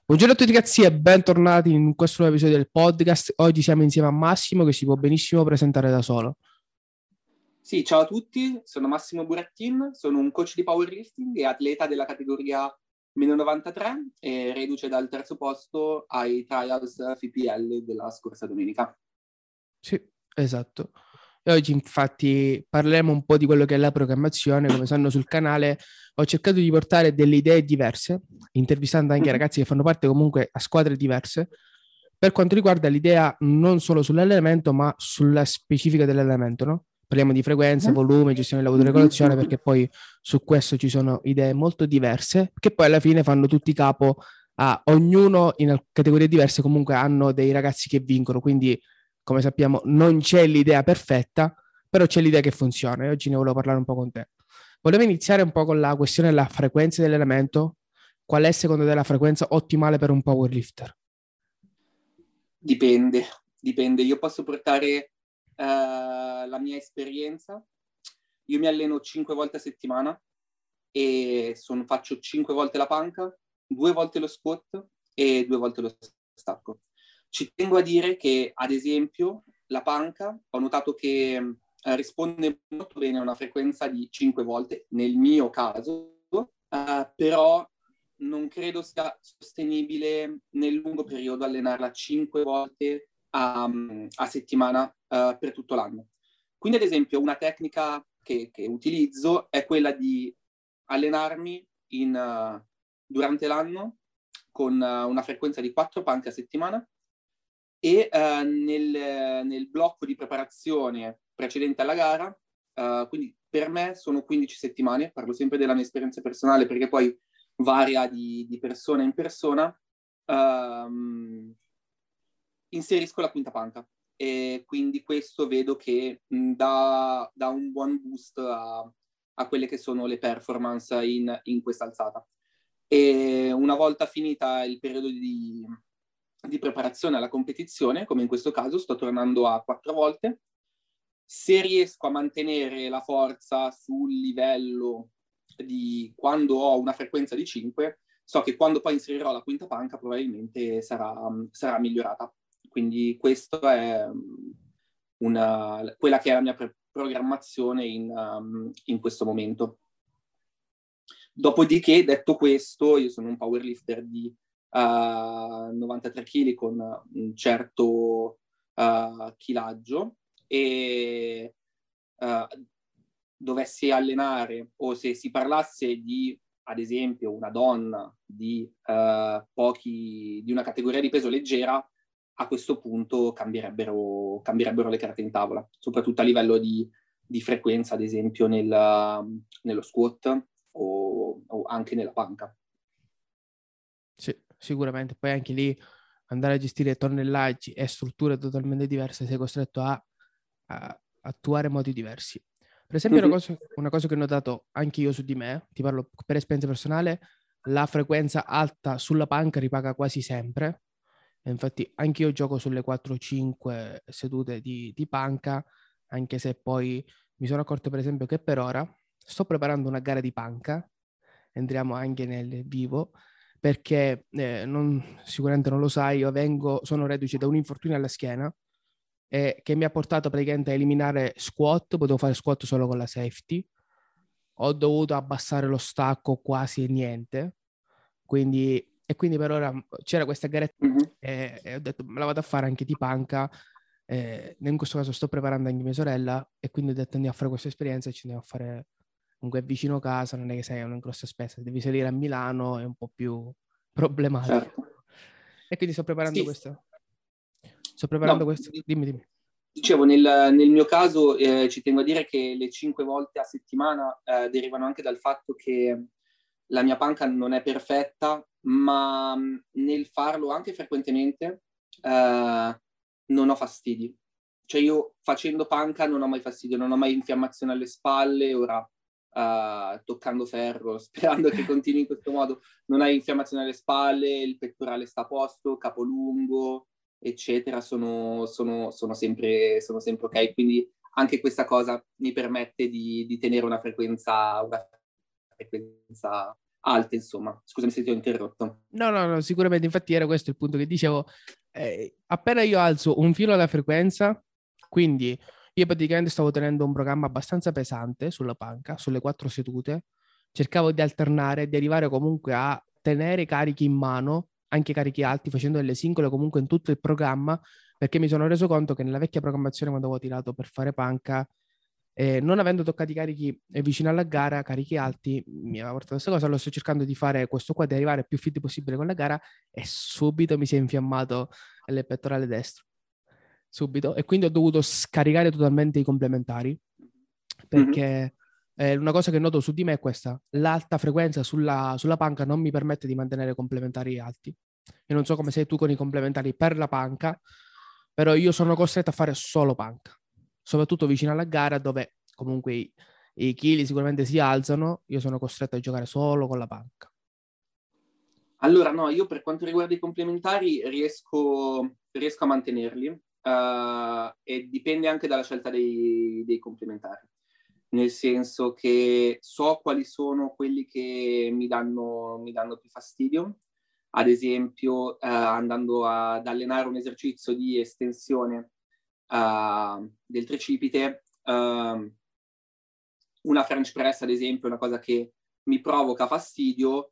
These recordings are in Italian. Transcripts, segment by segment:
Buongiorno a tutti ragazzi e bentornati in questo nuovo episodio del podcast. Oggi siamo insieme a Massimo che si può benissimo presentare da solo. Sì, ciao a tutti, sono Massimo Burattin, sono un coach di powerlifting e atleta della categoria meno 93 e reduce dal terzo posto ai trials FPL della scorsa domenica. Sì, esatto. E oggi infatti parleremo un po' di quello che è la programmazione. Come sanno sul canale ho cercato di portare delle idee diverse, intervistando anche ragazzi che fanno parte comunque a squadre diverse, per quanto riguarda l'idea non solo sull'allenamento ma sulla specifica dell'allenamento, no? Parliamo di frequenza, volume, gestione dell'autoregolazione, perché poi su questo ci sono idee molto diverse, che poi alla fine fanno tutti capo a ognuno in categorie diverse, comunque hanno dei ragazzi che vincono, quindi come sappiamo non c'è l'idea perfetta, però c'è l'idea che funziona e oggi ne volevo parlare un po' con te. Volevo iniziare un po' con la questione della frequenza dell'elemento. Qual è secondo te la frequenza ottimale per un powerlifter? Dipende. Io posso portare la mia esperienza. Io mi alleno 5 volte a settimana e faccio 5 volte la panca, 2 volte lo squat e 2 volte lo stacco. Ci tengo a dire che, ad esempio, la panca ho notato che risponde molto bene a una frequenza di 5 volte, nel mio caso, però non credo sia sostenibile nel lungo periodo allenarla 5 volte a settimana per tutto l'anno. Quindi, ad esempio, una tecnica che utilizzo è quella di allenarmi durante l'anno con una frequenza di 4 panche a settimana e nel blocco di preparazione precedente alla gara, quindi per me sono 15 settimane, parlo sempre della mia esperienza personale perché poi varia di persona in persona, inserisco la quinta panca e quindi questo vedo che dà un buon boost a quelle che sono le performance in questa alzata. E una volta finita il periodo di preparazione alla competizione, come in questo caso, sto tornando a 4 volte. Se riesco a mantenere la forza sul livello di quando ho una frequenza di 5, so che quando poi inserirò la quinta panca probabilmente sarà migliorata. Quindi questa è quella che è la mia programmazione in questo momento. Dopodiché, detto questo, io sono un powerlifter di 93 kg con un certo chilaggio e dovessi allenare o se si parlasse di, ad esempio, una donna di una categoria di peso leggera, a questo punto cambierebbero le carte in tavola, soprattutto a livello di frequenza, ad esempio nello squat o anche nella panca. Sì, sicuramente. Poi anche lì andare a gestire tonnellaggi e strutture totalmente diverse, sei costretto a attuare modi diversi. Per esempio, una cosa che ho notato anche io su di me, ti parlo per esperienza personale, la frequenza alta sulla panca ripaga quasi sempre. E infatti anche io gioco sulle 4-5 sedute di panca, anche se poi mi sono accorto per esempio che per ora sto preparando una gara di panca, entriamo anche nel vivo, perché sicuramente non lo sai, sono reduce da un infortunio alla schiena che mi ha portato praticamente a eliminare squat, potevo fare squat solo con la safety, ho dovuto abbassare lo stacco quasi niente, quindi per ora c'era questa garetta e ho detto me la vado a fare anche di panca, in questo caso sto preparando anche mia sorella e quindi ho detto andiamo a fare questa esperienza e ci andiamo a fare, comunque è vicino casa, non è che sei una grossa spesa, devi salire a Milano, è un po' più problematico. Certo. E quindi sto preparando Sì. questo. Sto preparando questo. Dimmi. Dicevo, nel mio caso ci tengo a dire che le 5 volte a settimana derivano anche dal fatto che la mia panca non è perfetta, ma nel farlo anche frequentemente non ho fastidi. Cioè io facendo panca non ho mai fastidio, non ho mai infiammazione alle spalle, ora toccando ferro, sperando che continui in questo modo, non hai infiammazione alle spalle, il pettorale sta a posto, capo lungo, eccetera, sono sempre ok. Quindi anche questa cosa mi permette di tenere una frequenza alte, insomma. Scusami se ti ho interrotto. No, sicuramente, infatti era questo il punto che dicevo. Appena io alzo un filo alla frequenza, quindi io praticamente stavo tenendo un programma abbastanza pesante sulla panca, sulle 4 sedute, cercavo di alternare, di arrivare comunque a tenere carichi in mano, anche carichi alti, facendo delle singole comunque in tutto il programma, perché mi sono reso conto che nella vecchia programmazione quando avevo tirato per fare panca, non avendo toccato i carichi vicino alla gara, carichi alti, mi aveva portato questa cosa. Lo sto cercando di fare questo qua, di arrivare più fit possibile con la gara, e subito mi si è infiammato il pettorale destro. Subito. E quindi ho dovuto scaricare totalmente i complementari, perché una cosa che noto su di me è questa: l'alta frequenza sulla panca non mi permette di mantenere complementari alti. E non so come sei tu con i complementari per la panca, però io sono costretto a fare solo panca, soprattutto vicino alla gara dove comunque i chili sicuramente si alzano. Io sono costretto a giocare solo con la panca. Allora, no, io per quanto riguarda i complementari riesco a mantenerli, e dipende anche dalla scelta dei complementari. Nel senso che so quali sono quelli che mi danno più fastidio. Ad esempio, andando ad allenare un esercizio di estensione del tricipite, una French press, ad esempio, è una cosa che mi provoca fastidio.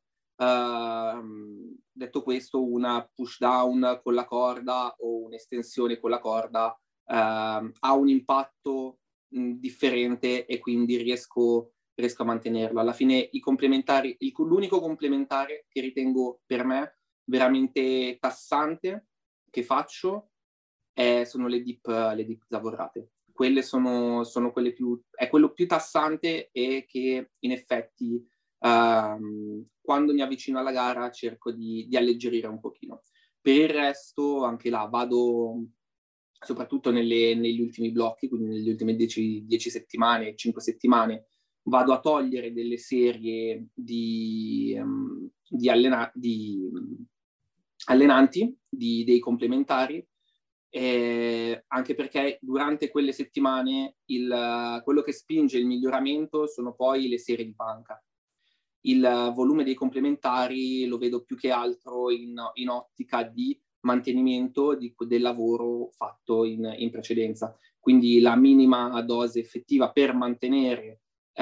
Detto questo, una push down con la corda o un'estensione con la corda ha un impatto differente, e quindi riesco a mantenerlo. Alla fine i complementari, l'unico complementare che ritengo per me veramente tassante che faccio sono le dip zavorrate. Quelle sono quelle è quello più tassante, e che in effetti quando mi avvicino alla gara cerco di alleggerire un pochino. Per il resto, anche là, vado soprattutto negli ultimi blocchi, quindi nelle ultime 10 settimane, 5 settimane, vado a togliere delle serie di allenanti, dei complementari, anche perché durante quelle settimane quello che spinge il miglioramento sono poi le serie di panca. Il volume dei complementari lo vedo più che altro in ottica di mantenimento del lavoro fatto in precedenza. Quindi la minima dose effettiva per mantenere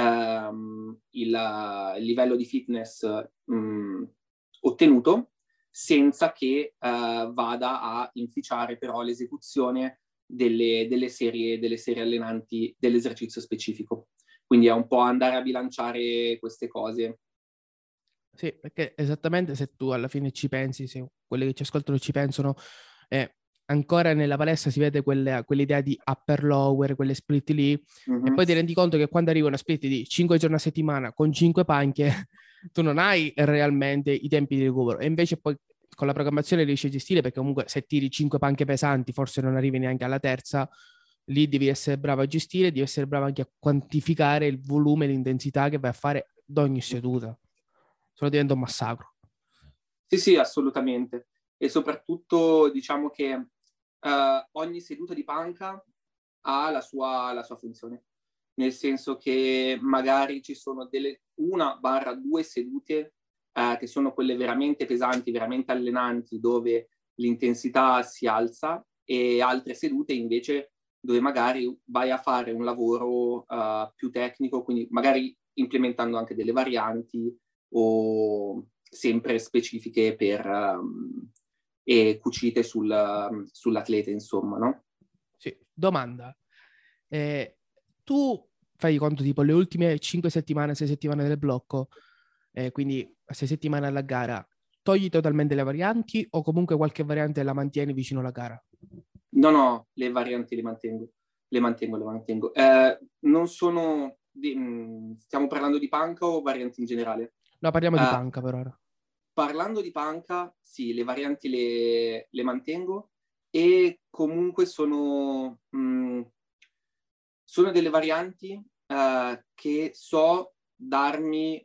il livello di fitness ottenuto, senza che vada a inficiare però l'esecuzione delle serie allenanti dell'esercizio specifico. Quindi è un po' andare a bilanciare queste cose. Sì, perché esattamente, se tu alla fine ci pensi, se quelli che ci ascoltano ci pensano, ancora nella palestra si vede quell'idea di upper-lower, quelle split lì, e poi ti rendi conto che quando arriva una split di 5 giorni a settimana con 5 panche, tu non hai realmente i tempi di recupero. E invece poi con la programmazione riesci a gestire, perché comunque se tiri 5 panche pesanti forse non arrivi neanche alla terza. Lì devi essere bravo a gestire, devi essere bravo anche a quantificare il volume e l'intensità che vai a fare ad ogni seduta. Se no diventa un massacro. Sì, assolutamente. E soprattutto diciamo che ogni seduta di panca ha la sua funzione. Nel senso che magari ci sono 1-2 sedute che sono quelle veramente pesanti, veramente allenanti, dove l'intensità si alza, e altre sedute invece dove magari vai a fare un lavoro più tecnico, quindi magari implementando anche delle varianti o sempre specifiche e cucite sull'atleta, insomma, no? Sì. Domanda. Tu fai conto tipo le ultime 5 settimane, 6 settimane del blocco, quindi 6 settimane alla gara, togli totalmente le varianti o comunque qualche variante la mantieni vicino alla gara? No, le varianti le mantengo. Le mantengo. Non sono... stiamo parlando di panca o varianti in generale? No, parliamo di panca per ora. Parlando di panca, sì, le varianti le mantengo, e comunque sono delle varianti che so darmi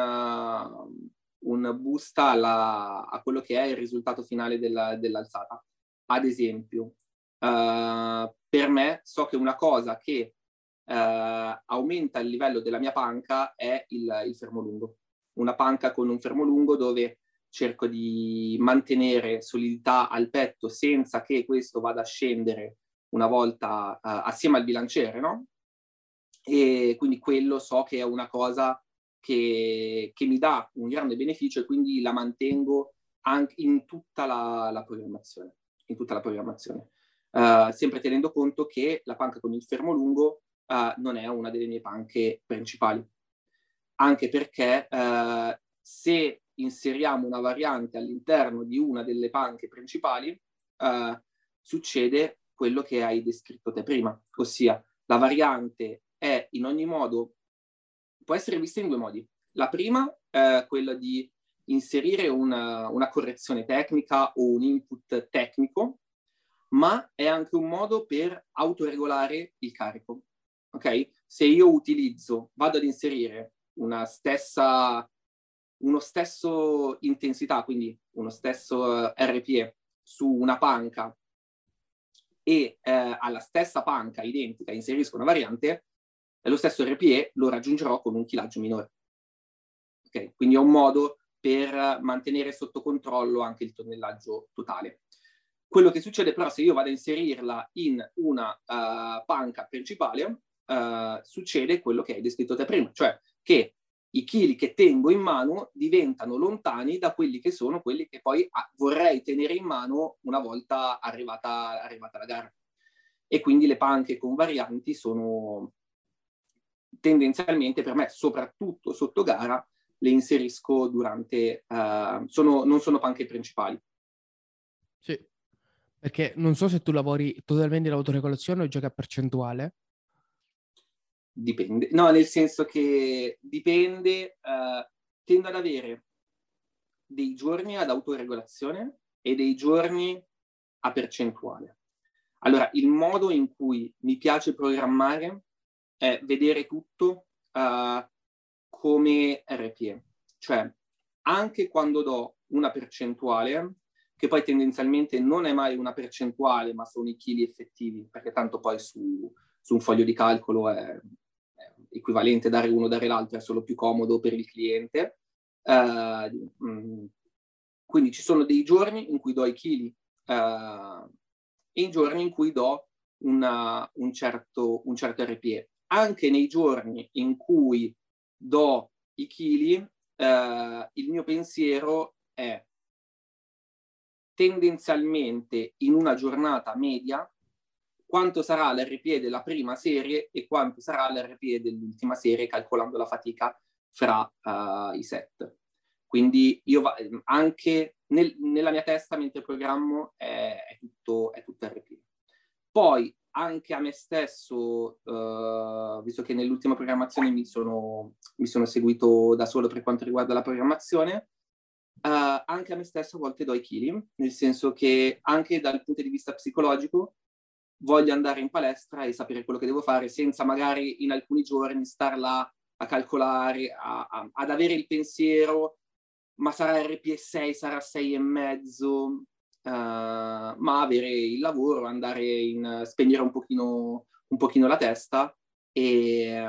un boost a quello che è il risultato finale dell'alzata. Ad esempio, per me so che una cosa che aumenta il livello della mia panca è il fermo lungo. una panca con un fermo lungo dove cerco di mantenere solidità al petto senza che questo vada a scendere una volta assieme al bilanciere, no? E quindi quello so che è una cosa che mi dà un grande beneficio e quindi la mantengo anche in tutta la programmazione. In tutta la programmazione. Sempre tenendo conto che la panca con il fermo lungo non è una delle mie panche principali. Anche perché se inseriamo una variante all'interno di una delle panche principali, succede quello che hai descritto te prima, ossia la variante è in ogni modo, può essere vista in due modi. La prima è quella di inserire una correzione tecnica o un input tecnico, ma è anche un modo per autoregolare il carico. Ok? Se io vado ad inserire uno stesso intensità, quindi uno stesso RPE su una panca e alla stessa panca identica inserisco una variante, lo stesso RPE lo raggiungerò con un chilaggio minore. Okay? Quindi è un modo per mantenere sotto controllo anche il tonnellaggio totale. Quello che succede però se io vado a inserirla in una panca principale, succede quello che hai descritto te prima, cioè che i chili che tengo in mano diventano lontani da quelli che sono quelli che poi vorrei tenere in mano una volta arrivata la gara. E quindi le panche con varianti sono tendenzialmente per me, soprattutto sotto gara, le inserisco durante... non sono panche principali. Sì, perché non so se tu lavori totalmente in autoregolazione o giochi a percentuale. Dipende. No, nel senso che dipende, tendo ad avere dei giorni ad autoregolazione e dei giorni a percentuale. Allora, il modo in cui mi piace programmare è vedere tutto come RPE. Cioè, anche quando do una percentuale, che poi tendenzialmente non è mai una percentuale, ma sono i chili effettivi, perché tanto poi su un foglio di calcolo è equivalente dare uno dare l'altro, è solo più comodo per il cliente. Quindi ci sono dei giorni in cui do i chili e i giorni in cui do un certo RPE. Anche nei giorni in cui do i chili, il mio pensiero è tendenzialmente in una giornata media quanto sarà l'RPE della prima serie e quanto sarà l'RPE dell'ultima serie, calcolando la fatica fra i set. Quindi io anche nella mia testa, mentre programmo, è tutto RPE. Poi anche a me stesso, visto che nell'ultima programmazione mi sono seguito da solo per quanto riguarda la programmazione, anche a me stesso a volte do i chili, nel senso che anche dal punto di vista psicologico voglio andare in palestra e sapere quello che devo fare senza magari in alcuni giorni star là a calcolare, ad avere il pensiero, ma sarà RP6, sarà 6,5, ma avere il lavoro, spegnere un pochino la testa ed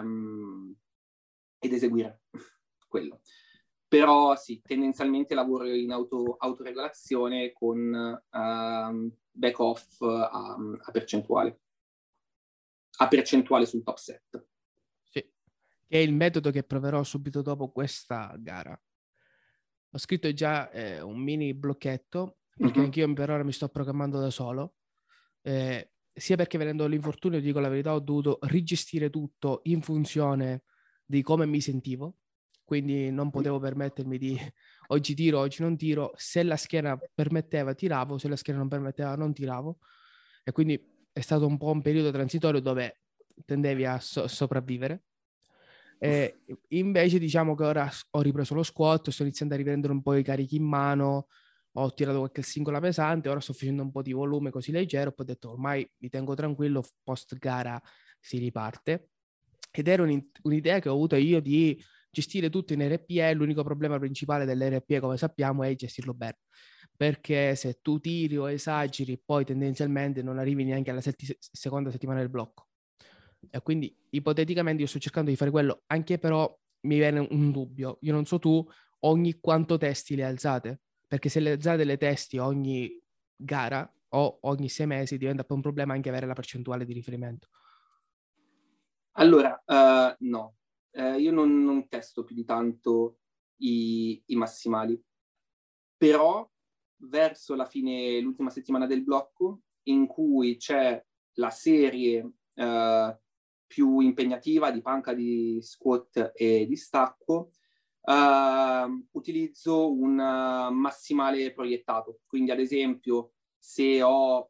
eseguire quello. Però sì, tendenzialmente lavoro in autoregolazione con back off a percentuale. A percentuale sul top set. Sì, che è il metodo che proverò subito dopo questa gara. Ho scritto già un mini blocchetto, perché anch'io per ora mi sto programmando da solo, sia perché venendo l'infortunio, dico la verità, ho dovuto rigestire tutto in funzione di come mi sentivo, quindi non potevo permettermi di oggi tiro, oggi non tiro. Se la schiena permetteva tiravo, se la schiena non permetteva non tiravo, e quindi è stato un po' un periodo transitorio dove tendevi a sopravvivere. Invece diciamo che ora ho ripreso lo squat, sto iniziando a riprendere un po' i carichi in mano, ho tirato qualche singola pesante, ora sto facendo un po' di volume così leggero, poi ho detto ormai mi tengo tranquillo, post gara si riparte. Ed era un'idea che ho avuto io di gestire tutto in RPE. L'unico problema principale dell'RPE, come sappiamo, è gestirlo bene, perché se tu tiri o esageri poi tendenzialmente non arrivi neanche alla seconda settimana del blocco. E quindi ipoteticamente io sto cercando di fare quello, anche però mi viene un dubbio. Io non so tu, ogni quanto testi le alzate? Perché se le alzate le testi ogni gara o ogni 6 mesi diventa poi un problema anche avere la percentuale di riferimento. Allora, no, io non testo più di tanto i massimali, però verso la fine, l'ultima settimana del blocco, in cui c'è la serie più impegnativa di panca, di squat e di stacco, utilizzo un massimale proiettato. Quindi ad esempio se ho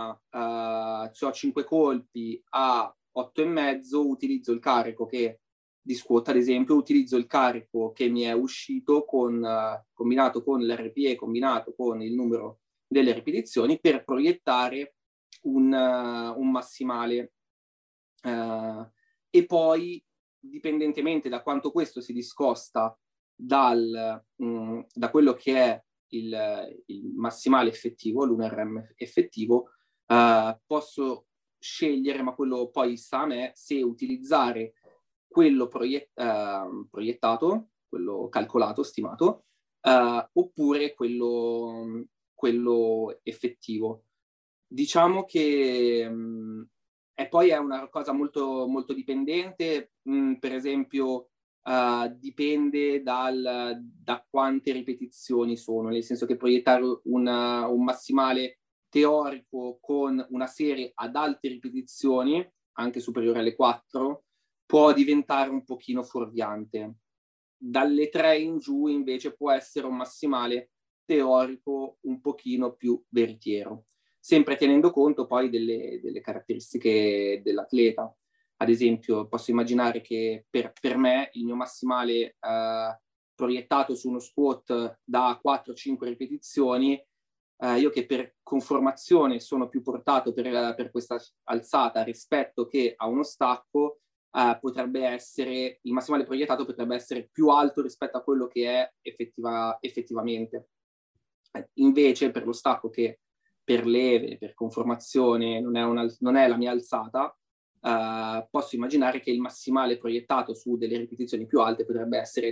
5 colpi a 8,5, utilizzo il carico che di squat, ad esempio, utilizzo il carico che mi è uscito combinato con l'RPE, combinato con il numero delle ripetizioni per proiettare un massimale. E poi, dipendentemente da quanto questo si discosta da quello che è il massimale effettivo, l'1RM effettivo, posso scegliere, ma quello poi sta a me, se utilizzare quello proiettato, quello calcolato, stimato, oppure quello effettivo. Diciamo che e poi è una cosa molto, molto dipendente, per esempio dipende da quante ripetizioni sono, nel senso che proiettare un massimale teorico con una serie ad alte ripetizioni, anche superiore alle 4, può diventare un pochino fuorviante. Dalle 3 in giù invece può essere un massimale teorico un pochino più veritiero, sempre tenendo conto poi delle caratteristiche dell'atleta. Ad esempio, posso immaginare che per me il mio massimale proiettato su uno squat da 4-5 ripetizioni, io che per conformazione sono più portato per questa alzata rispetto che a uno stacco, potrebbe essere, il massimale proiettato potrebbe essere più alto rispetto a quello che è effettivamente. Invece per lo stacco, che per leve, per conformazione non è la mia alzata, posso immaginare che il massimale proiettato su delle ripetizioni più alte potrebbe essere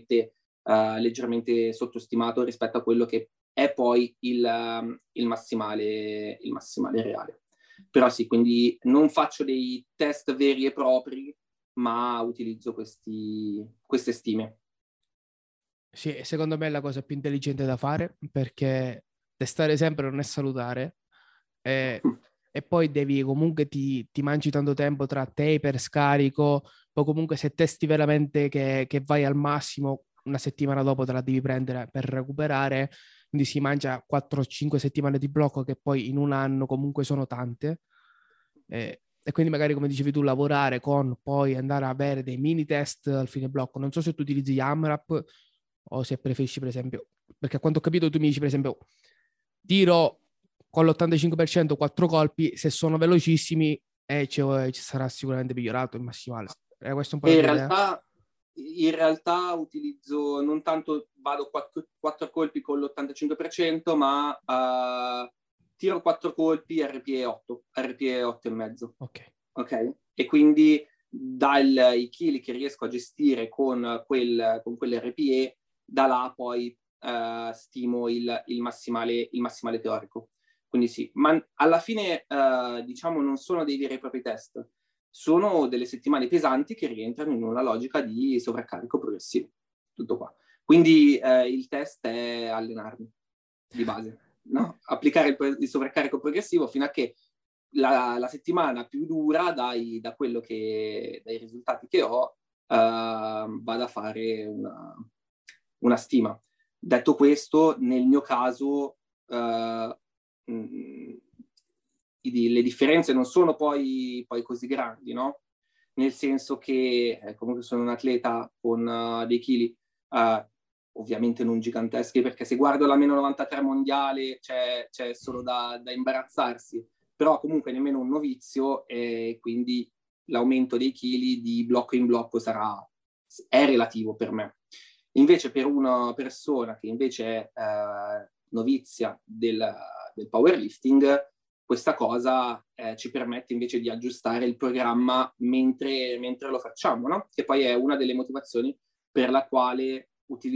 leggermente sottostimato rispetto a quello che è poi il massimale reale. Però sì, quindi non faccio dei test veri e propri, ma utilizzo queste stime. Sì, secondo me è la cosa più intelligente da fare, perché testare sempre non è salutare e poi devi comunque ti mangi tanto tempo tra taper, scarico, poi comunque se testi veramente che vai al massimo, una settimana dopo te la devi prendere per recuperare, quindi si mangia 4-5 settimane di blocco che poi in un anno comunque sono tante. E quindi magari, come dicevi tu, lavorare con poi andare a avere dei mini test al fine blocco. Non so se tu utilizzi YAMRAP o se preferisci, per esempio, perché a quanto ho capito tu mi dici, per esempio, tiro con l'85% 4 colpi, se sono velocissimi ci sarà sicuramente migliorato il massimale. Questa è un po' la E tua idea? in realtà utilizzo, non tanto vado 4 colpi con l'85%, ma tiro 4 colpi RPE 8, RPE 8,5. Ok. Ok? E quindi dai chili che riesco a gestire con quell'RPE, da là poi stimo il massimale teorico. Quindi sì, ma alla fine diciamo non sono dei veri e propri test, sono delle settimane pesanti che rientrano in una logica di sovraccarico progressivo. Tutto qua. Quindi il test è allenarmi di base, no? Applicare il sovraccarico progressivo fino a che la settimana più dura dai risultati che ho vado a fare una stima. Detto questo, nel mio caso le differenze non sono poi così grandi, no? Nel senso che comunque sono un atleta con dei chili ovviamente non giganteschi, perché se guardo la meno 93 mondiale c'è solo da imbarazzarsi, però comunque nemmeno un novizio, e quindi l'aumento dei chili di blocco in blocco è relativo per me. Invece per una persona che invece è novizia del powerlifting, questa cosa ci permette invece di aggiustare il programma mentre lo facciamo, no? Che poi è una delle motivazioni per la quale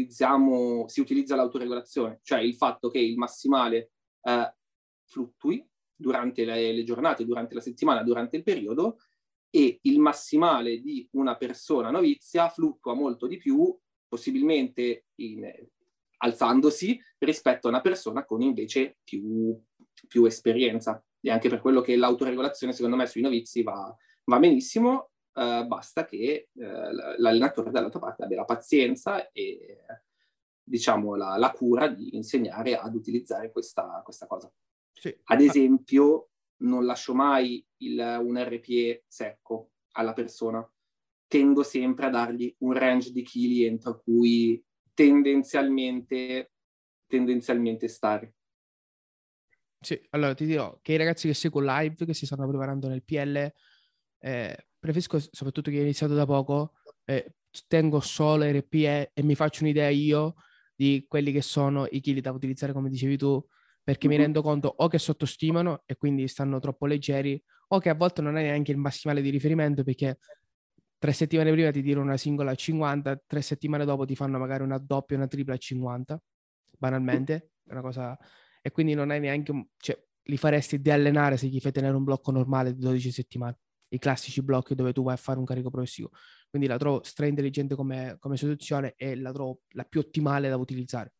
si utilizza l'autoregolazione, cioè il fatto che il massimale fluttui durante le giornate, durante la settimana, durante il periodo, e il massimale di una persona novizia fluttua molto di più, possibilmente alzandosi rispetto a una persona con invece più esperienza. E anche per quello che l'autoregolazione, secondo me, sui novizi va benissimo, basta che l'allenatore dall'altra parte abbia la pazienza e diciamo la cura di insegnare ad utilizzare questa cosa. Sì. Ad esempio, non lascio mai un RPE secco alla persona. Tendo sempre a dargli un range di chili entro cui tendenzialmente stare. Sì, allora ti dirò che i ragazzi che seguo live, che si stanno preparando nel PL, preferisco, soprattutto chi ha iniziato da poco, tengo solo RPE e mi faccio un'idea io di quelli che sono i chili da utilizzare, come dicevi tu, perché mi rendo conto o che sottostimano e quindi stanno troppo leggeri, o che a volte non è neanche il massimale di riferimento, perché 3 settimane prima ti tirano una singola a 50, 3 settimane dopo ti fanno magari una doppia o una tripla a 50, banalmente, è una cosa... E quindi non hai neanche... Cioè, li faresti di allenare se gli fai tenere un blocco normale di 12 settimane, i classici blocchi dove tu vai a fare un carico progressivo. Quindi la trovo stra intelligente come soluzione e la trovo la più ottimale da utilizzare.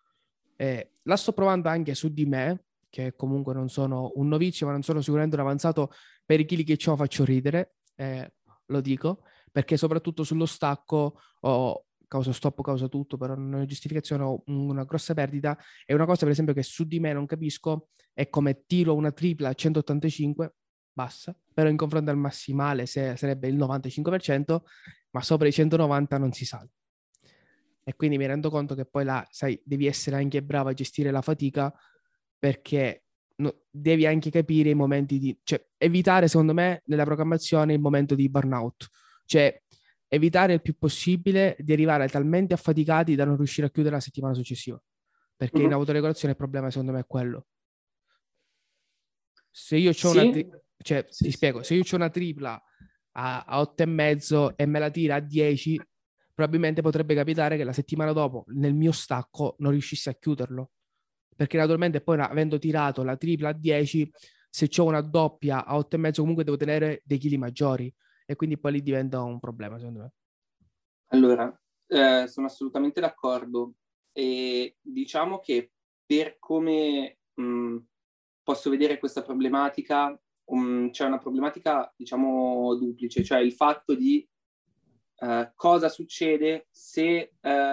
La sto provando anche su di me, che comunque non sono un novizio, ma non sono sicuramente un avanzato. Per i chili che ho faccio ridere, lo dico, perché soprattutto sullo stacco ho causa stop, causa tutto, però non è giustificazione, ho una grossa perdita. E una cosa, per esempio, che su di me non capisco è come tiro una tripla a 185, bassa, però in confronto al massimale sarebbe il 95%, ma sopra i 190 non si sale. E quindi mi rendo conto che poi là, sai, devi essere anche bravo a gestire la fatica, perché devi anche capire i momenti di... Cioè, evitare, secondo me, nella programmazione il momento di burnout. Cioè, evitare il più possibile di arrivare talmente affaticati da non riuscire a chiudere la settimana successiva. Perché in autoregolazione il problema, secondo me, è quello. Se io ho una... Cioè, ti spiego, se io ho una tripla a 8,5 e me la tira a 10, probabilmente potrebbe capitare che la settimana dopo, nel mio stacco, non riuscissi a chiuderlo. Perché naturalmente poi, avendo tirato la tripla a 10, se ho una doppia a 8,5, comunque devo tenere dei chili maggiori. E quindi poi lì diventa un problema, secondo me. Allora, sono assolutamente d'accordo. E diciamo che per come posso vedere questa problematica, c'è una problematica, diciamo, duplice, cioè il fatto di cosa succede se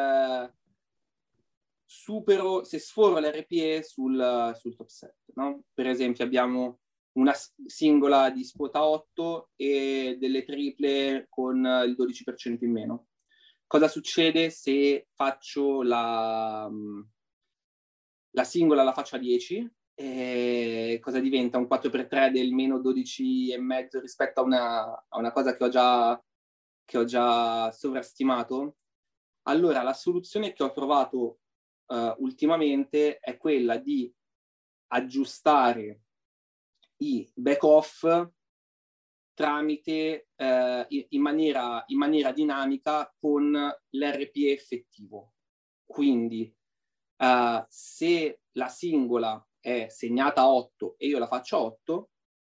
se sforo l'RPE sul top set, no? Per esempio abbiamo una singola di spota 8 e delle triple con il 12% in meno. Cosa succede se faccio la singola la faccio a 10? Cosa diventa? Un 4x3 del meno 12,5 rispetto a una cosa che ho già sovrastimato? Allora, la soluzione che ho trovato ultimamente è quella di aggiustare i back-off tramite in maniera dinamica con l'RPE effettivo. Quindi se la singola è segnata a 8 e io la faccio a 8,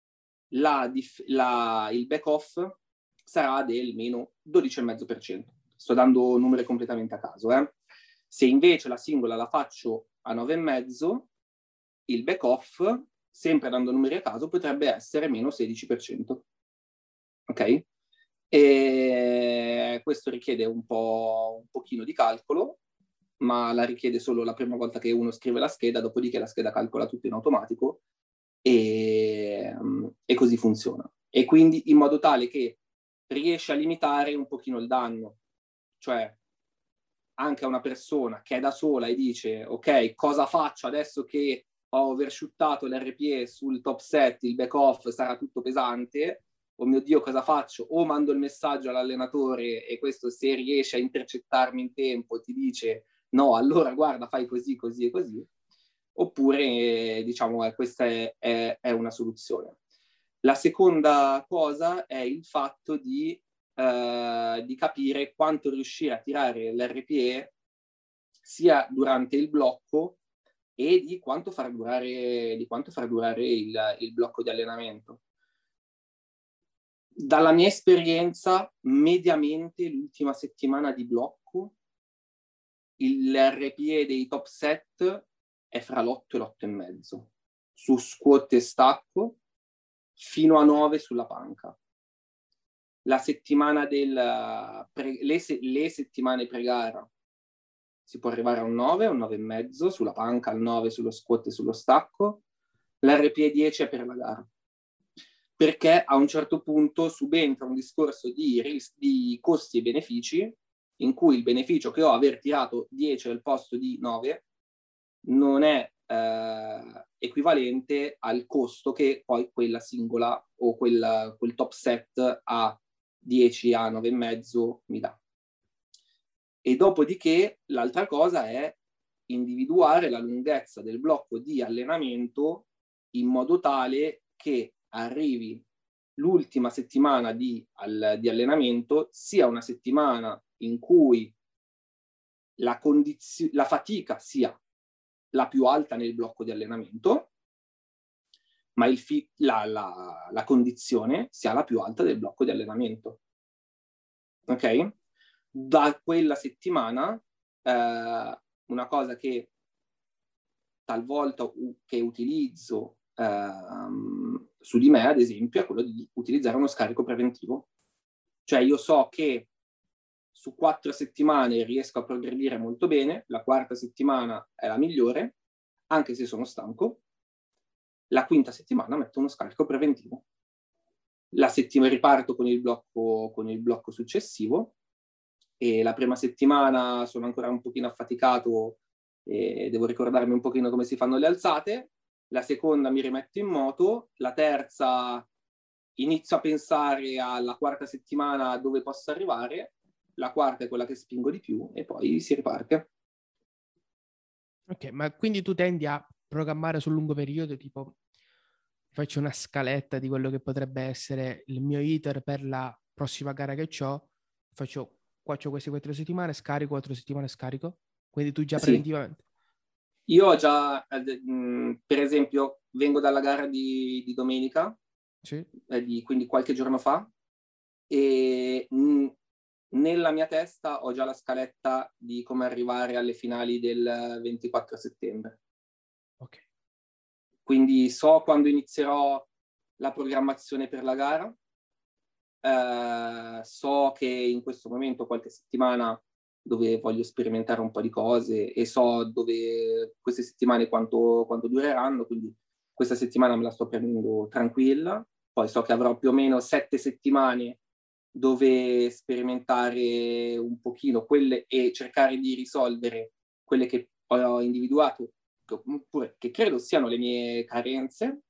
il back-off sarà del meno 12,5%. Sto dando numeri completamente a caso. Se invece la singola la faccio a 9,5, il back-off, sempre dando numeri a caso, potrebbe essere meno 16%. Ok? E questo richiede un pochino di calcolo, ma la richiede solo la prima volta che uno scrive la scheda, dopodiché la scheda calcola tutto in automatico e così funziona. E quindi in modo tale che riesce a limitare un pochino il danno. Cioè, anche a una persona che è da sola e dice ok, cosa faccio adesso che ho overshootato l'RPE sul top set, il back off sarà tutto pesante, oh mio Dio, cosa faccio? O mando il messaggio all'allenatore e questo, se riesce a intercettarmi in tempo, ti dice no, allora guarda, fai così, così e così, oppure diciamo questa è una soluzione. La seconda cosa è il fatto di di capire quanto riuscire a tirare l'RPE sia durante il blocco e di quanto far durare il blocco di allenamento. Dalla mia esperienza, mediamente l'ultima settimana di blocco, l'RPE dei top set è fra l'8 e l'8,5 su squat e stacco, fino a 9 sulla panca. La settimana le settimane pre-gara si può arrivare a un 9, un 9,5 sulla panca, al 9 sullo squat e sullo stacco. L'RPE 10 è per la gara. Perché a un certo punto subentra un discorso di costi e benefici, in cui il beneficio che ho aver tirato 10 al posto di 9 non è equivalente al costo che poi quella singola o quel top set a 10 a 9,5 mi dà. E dopodiché l'altra cosa è individuare la lunghezza del blocco di allenamento in modo tale che arrivi l'ultima settimana di allenamento sia una settimana in cui la fatica sia la più alta nel blocco di allenamento, ma la condizione sia la più alta del blocco di allenamento. Ok? Da quella settimana una cosa che talvolta che utilizzo su di me, ad esempio, è quello di utilizzare uno scarico preventivo. Cioè io so che su 4 settimane riesco a progredire molto bene, la quarta settimana è la migliore, anche se sono stanco, la quinta settimana metto uno scarico preventivo. Riparto con il blocco successivo, e la prima settimana sono ancora un pochino affaticato e devo ricordarmi un pochino come si fanno le alzate, la seconda mi rimetto in moto, la terza inizio a pensare alla quarta settimana dove posso arrivare, la quarta è quella che spingo di più e poi si riparte. Ok, ma quindi tu tendi a programmare sul lungo periodo, tipo faccio una scaletta di quello che potrebbe essere il mio iter per la prossima gara che ho, faccio queste 4 settimane, scarico, 4 settimane scarico, quindi tu già preventivamente. Io ho già, per esempio, vengo dalla gara di domenica, sì. Quindi qualche giorno fa, e nella mia testa ho già la scaletta di come arrivare alle finali del 24 settembre. Ok. Quindi so quando inizierò la programmazione per la gara, so che in questo momento qualche settimana dove voglio sperimentare un po' di cose e so dove queste settimane quanto dureranno, quindi questa settimana me la sto prendendo tranquilla, poi so che avrò più o meno 7 settimane dove sperimentare un pochino quelle e cercare di risolvere quelle che ho individuato, oppure che credo siano le mie carenze.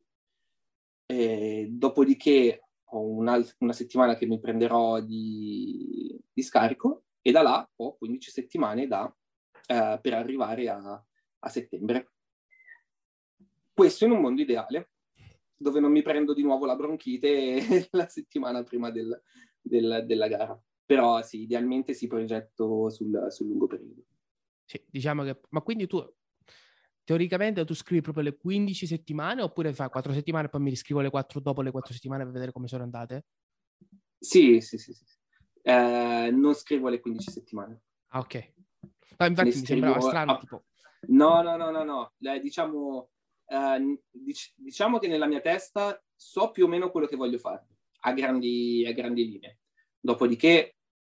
Dopodiché ho una settimana che mi prenderò di scarico e da là ho 15 settimane per arrivare a settembre. Questo in un mondo ideale, dove non mi prendo di nuovo la bronchite la settimana prima della gara. Però sì, idealmente si progetto sul lungo periodo. Sì, diciamo che... Ma quindi tu, teoricamente, tu scrivi proprio le 15 settimane oppure fai 4 settimane e poi mi riscrivo le 4 dopo le 4 settimane per vedere come sono andate? Sì. Non scrivo le 15 settimane. Ah, ok. No, infatti mi sembrava strano, tipo... No. Diciamo che nella mia testa so più o meno quello che voglio fare, a grandi linee. Dopodiché,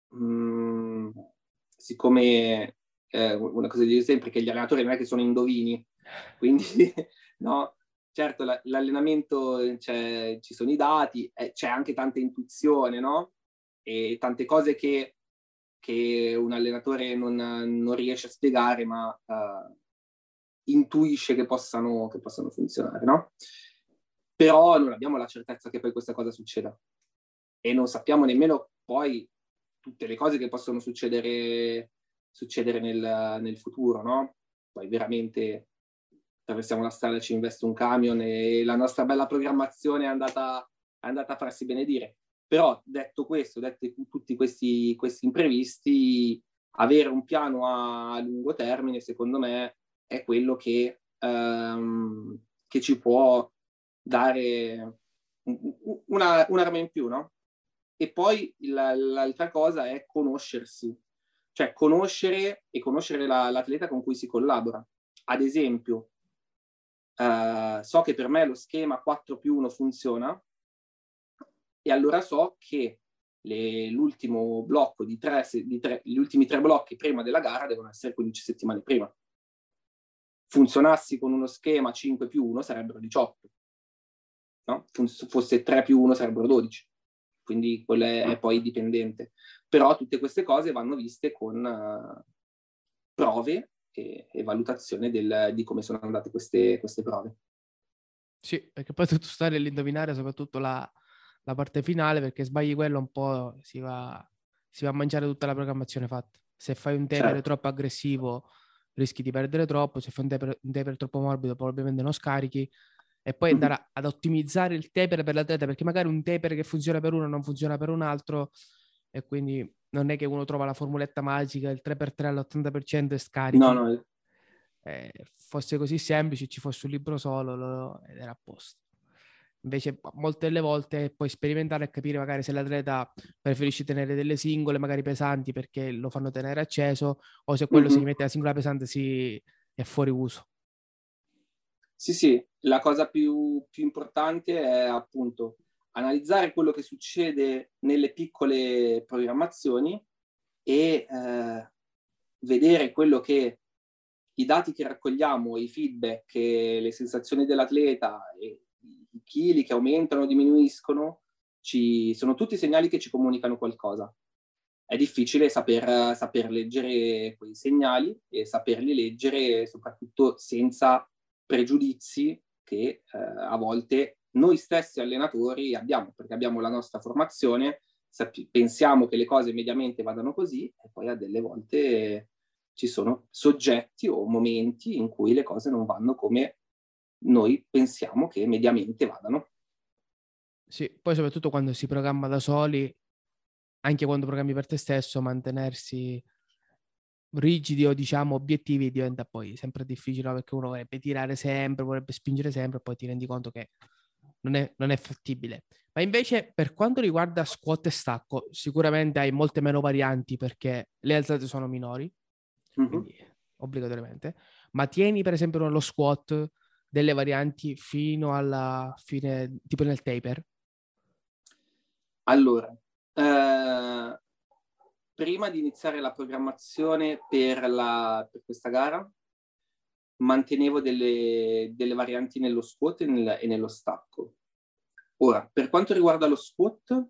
siccome una cosa di sempre che gli allenatori non è che sono indovini, quindi no, certo l'allenamento ci sono i dati, c'è anche tanta intuizione, no? E tante cose che un allenatore non riesce a spiegare, ma intuisce che possano funzionare, no? Però non abbiamo la certezza che poi questa cosa succeda. E non sappiamo nemmeno poi tutte le cose che possono succedere nel futuro, no? Poi veramente attraversiamo la strada, ci investe un camion e la nostra bella programmazione è andata a farsi benedire. Però detto questo, detti tutti questi imprevisti, avere un piano a lungo termine, secondo me, è quello che ci può dare un'arma in più, no? E poi l'altra cosa è conoscersi, cioè conoscere l'atleta con cui si collabora. Ad esempio, so che per me lo schema 4+1 funziona, e allora so che l'ultimo blocco gli ultimi 3 blocchi prima della gara devono essere 15 settimane prima. Funzionassi con uno schema 5+1 sarebbero 18, no? Fosse 3+1 sarebbero 12, quindi quello è poi dipendente. Però tutte queste cose vanno viste con prove e valutazione di come sono andate queste prove. Sì, perché poi tutto stare all'indovinare, soprattutto la parte finale, perché sbagli quello un po' si va a mangiare tutta la programmazione fatta. Se fai un taper troppo aggressivo rischi di perdere troppo, se fai un taper troppo morbido probabilmente non scarichi, e poi andare ad ottimizzare il taper per l'atleta, perché magari un taper che funziona per uno non funziona per un altro, e quindi non è che uno trova la formuletta magica, il 3x3 all'80% e scarichi. No. Fosse così semplice, ci fosse un libro solo ed era a posto. Invece molte delle volte puoi sperimentare e capire magari se l'atleta preferisce tenere delle singole magari pesanti perché lo fanno tenere acceso, o se quello si mette la singola pesante è fuori uso. Sì, la cosa più importante è appunto analizzare quello che succede nelle piccole programmazioni e vedere quello che i dati che raccogliamo, i feedback, le sensazioni dell'atleta, e i chili che aumentano o diminuiscono, sono tutti segnali che ci comunicano qualcosa. È difficile saper leggere quei segnali e saperli leggere soprattutto senza pregiudizi che a volte noi stessi allenatori abbiamo, perché abbiamo la nostra formazione, pensiamo che le cose mediamente vadano così, e poi a delle volte ci sono soggetti o momenti in cui le cose non vanno come noi pensiamo che mediamente vadano. Sì, poi soprattutto quando si programma da soli, anche quando programmi per te stesso, mantenersi rigidi o diciamo obiettivi diventa poi sempre difficile, no? Perché uno vorrebbe tirare sempre, vorrebbe spingere sempre, e poi ti rendi conto che non è fattibile. Ma invece per quanto riguarda squat e stacco, sicuramente hai molte meno varianti perché le alzate sono minori, quindi obbligatoriamente, ma tieni per esempio nello squat delle varianti fino alla fine, tipo nel taper? Allora, prima di iniziare la programmazione per questa gara, mantenevo delle varianti nello squat e nello stacco. Ora, per quanto riguarda lo squat,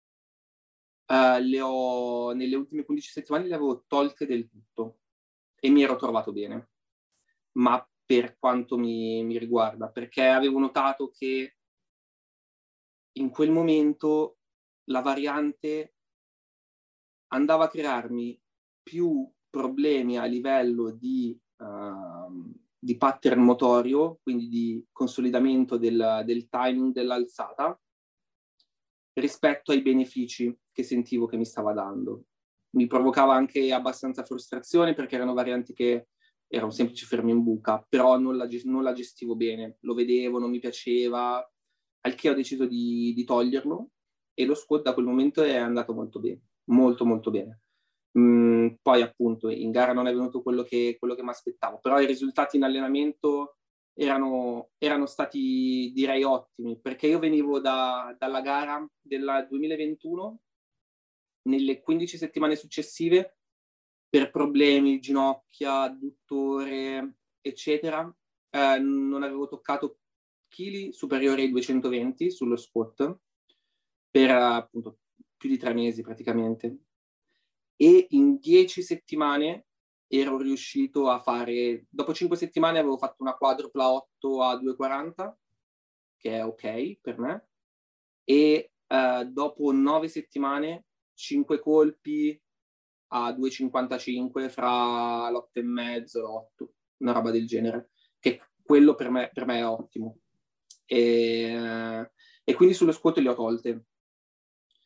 nelle ultime 15 settimane le avevo tolte del tutto e mi ero trovato bene. Ma per quanto mi riguarda, perché avevo notato che in quel momento la variante andava a crearmi più problemi a livello di pattern motorio, quindi di consolidamento del timing dell'alzata, rispetto ai benefici che sentivo che mi stava dando. Mi provocava anche abbastanza frustrazione perché erano varianti che erano semplici fermi in buca, però non la gestivo bene, lo vedevo, non mi piaceva, al che ho deciso di toglierlo, e lo squat da quel momento è andato molto bene, molto molto bene. Poi appunto in gara non è venuto quello che mi aspettavo, però i risultati in allenamento erano stati, direi, ottimi, perché io venivo dalla gara del 2021, nelle 15 settimane successive, per problemi, ginocchia, adduttore, eccetera, non avevo toccato chili superiori ai 220 sullo squat per appunto più di 3 mesi praticamente. E in 10 settimane ero riuscito a fare, dopo 5 settimane avevo fatto una quadrupla 8 a 240, che è ok per me, e dopo 9 settimane 5 colpi a 2,55 fra l'8,5 e l'8, una roba del genere, che quello per me è ottimo. E quindi sullo squat le ho tolte.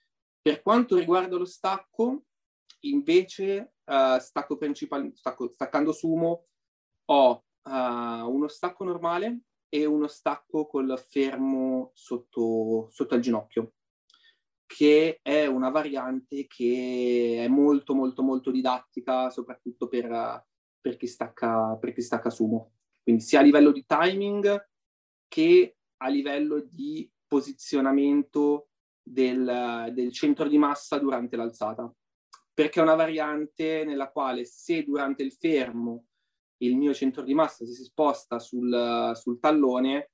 Per quanto riguarda lo stacco, invece, staccando sumo, ho uno stacco normale e uno stacco col fermo sotto il ginocchio, che è una variante che è molto molto molto didattica, soprattutto per chi stacca sumo. Quindi sia a livello di timing che a livello di posizionamento del centro di massa durante l'alzata, perché è una variante nella quale se durante il fermo il mio centro di massa si sposta sul tallone,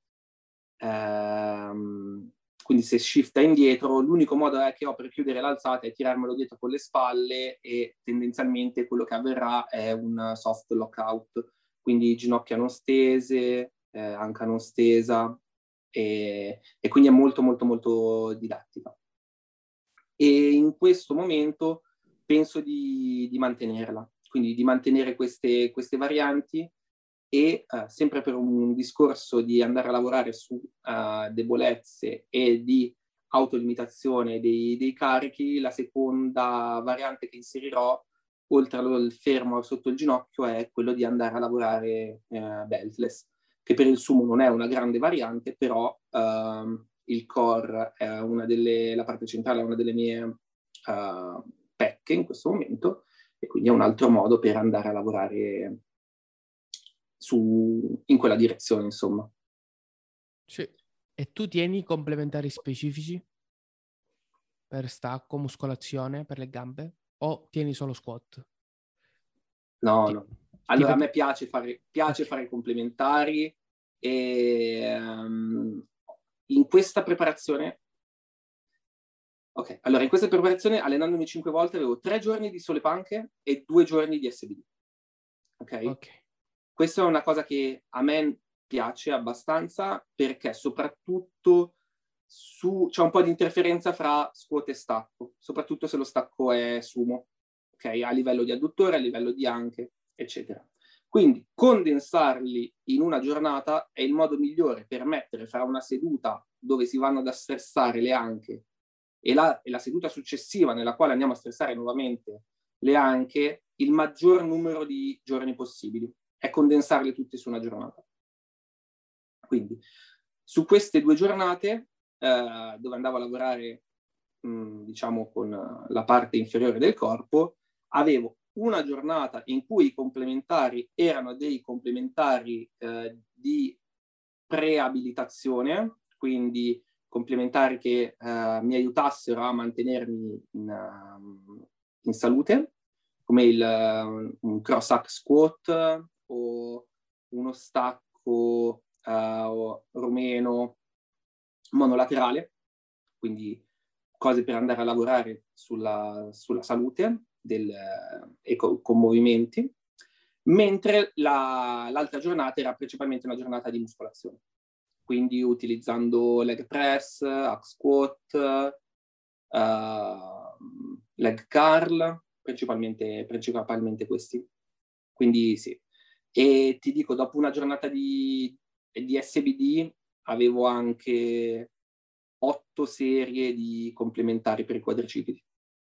quindi se shifta indietro, l'unico modo che ho per chiudere l'alzata è tirarmelo dietro con le spalle, e tendenzialmente quello che avverrà è un soft lockout, quindi ginocchia non stese, anca non stesa, e quindi è molto molto molto didattica. E in questo momento penso di mantenerla, quindi di mantenere queste varianti, e sempre per un discorso di andare a lavorare su debolezze e di autolimitazione dei carichi, la seconda variante che inserirò, oltre al fermo sotto il ginocchio, è quello di andare a lavorare beltless, che per il sumo non è una grande variante, però il core è la parte centrale è una delle mie pecche in questo momento, e quindi è un altro modo per andare a lavorare in quella direzione, insomma. Sì. E tu tieni complementari specifici per stacco, muscolazione, per le gambe, o tieni solo squat? No. Allora, a me piace Okay. fare complementari, e in questa preparazione, allenandomi 5 volte, avevo 3 giorni di sole panche e 2 giorni di SBD. Ok? Questa è una cosa che a me piace abbastanza, perché soprattutto c'è un po' di interferenza fra squat e stacco, soprattutto se lo stacco è sumo, ok? A livello di adduttore, a livello di anche, eccetera. Quindi condensarli in una giornata è il modo migliore per mettere fra una seduta dove si vanno ad stressare le anche e la seduta successiva, nella quale andiamo a stressare nuovamente le anche, il maggior numero di giorni possibili, è condensarle tutte su una giornata. Quindi su queste 2 giornate, dove andavo a lavorare diciamo con la parte inferiore del corpo, avevo una giornata in cui i complementari erano dei complementari di preabilitazione, quindi complementari che mi aiutassero a mantenermi in salute, come un cross hack squat o uno stacco rumeno monolaterale, quindi cose per andare a lavorare sulla salute e con movimenti, mentre l'altra giornata era principalmente una giornata di muscolazione, quindi utilizzando leg press, hack squat, leg curl, principalmente questi. Quindi sì. E ti dico, dopo una giornata di SBD avevo anche 8 serie di complementari per i quadricipiti.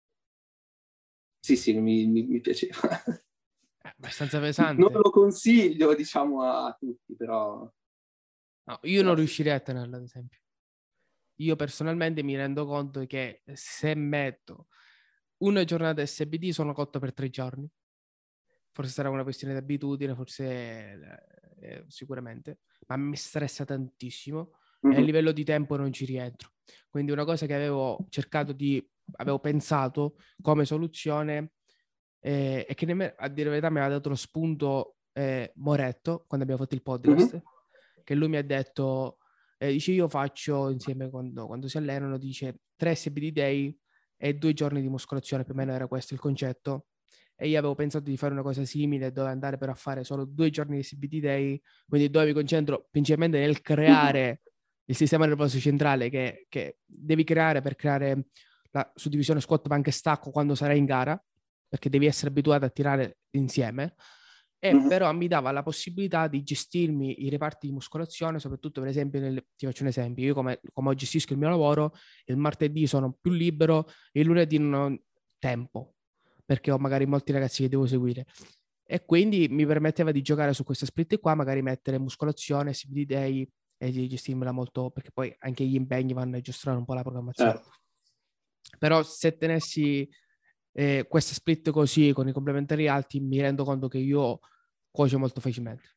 Sì, mi piaceva. Abbastanza pesante. Non lo consiglio, diciamo, a tutti, però... No, io non riuscirei a tenerlo, ad esempio. Io personalmente mi rendo conto che se metto una giornata SBD sono cotto per 3 giorni. Forse sarà una questione di abitudine, forse sicuramente, ma mi stressa tantissimo e a livello di tempo non ci rientro. Quindi una cosa che avevo pensato come soluzione e che a dire la verità mi aveva dato lo spunto Moretto quando abbiamo fatto il podcast, che lui mi ha detto, dice io faccio insieme quando si allenano, dice 3 SBD day e 2 giorni di muscolazione, più o meno era questo il concetto. E io avevo pensato di fare una cosa simile, dove andare però a fare solo 2 giorni di SBD day, quindi dove mi concentro principalmente nel creare il sistema nervoso centrale che devi creare per creare la suddivisione squat, panca e stacco quando sarai in gara, perché devi essere abituato a tirare insieme, e però mi dava la possibilità di gestirmi i reparti di muscolazione, soprattutto per esempio, ti faccio un esempio, io come gestisco il mio lavoro, il martedì sono più libero, il lunedì non ho tempo, perché ho magari molti ragazzi che devo seguire. E quindi mi permetteva di giocare su queste split qua, magari mettere muscolazione, CBD day e di gestirmela molto, perché poi anche gli impegni vanno a giostrare un po' la programmazione. Però se tenessi questa split così, con i complementari alti, mi rendo conto che io cuocio molto facilmente.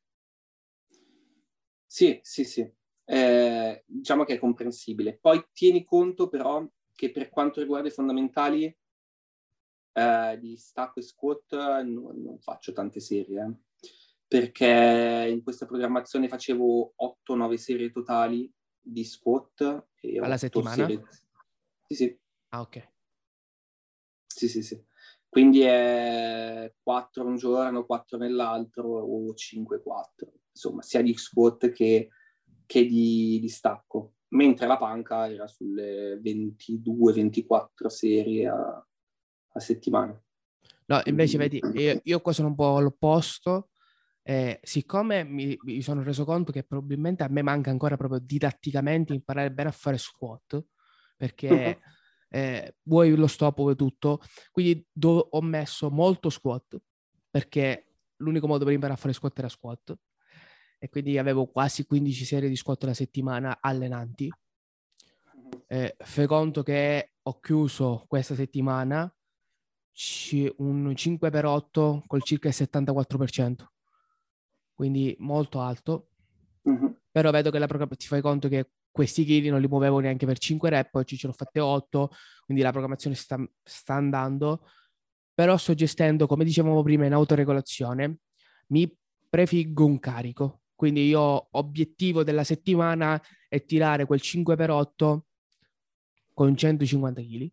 Sì. Diciamo che è comprensibile. Poi tieni conto però che per quanto riguarda i fondamentali di stacco e squat non faccio tante serie, perché in questa programmazione facevo 8-9 serie totali di squat e Alla 8 settimana? serie. Sì. Ah, ok. Sì. Quindi è 4 un giorno, 4 nell'altro o 5-4. Insomma, sia di squat che di stacco. Mentre la panca era sulle 22-24 serie a settimana. No, invece vedi, io qua sono un po' all'opposto. Siccome mi sono reso conto che probabilmente a me manca ancora proprio didatticamente imparare bene a fare squat, perché vuoi lo stop, vuoi tutto, quindi ho messo molto squat, perché l'unico modo per imparare a fare squat era squat, e quindi avevo quasi 15 serie di squat alla settimana allenanti. Fai conto che ho chiuso questa settimana un 5x8 col circa il 74%, quindi molto alto. Però vedo che ti fai conto che questi chili non li muovevo neanche per 5 rep, oggi ce l'ho fatte 8, quindi la programmazione sta andando, però sto gestendo, come dicevamo prima, in autoregolazione, mi prefiggo un carico, quindi io obiettivo della settimana è tirare quel 5x8 con 150 kg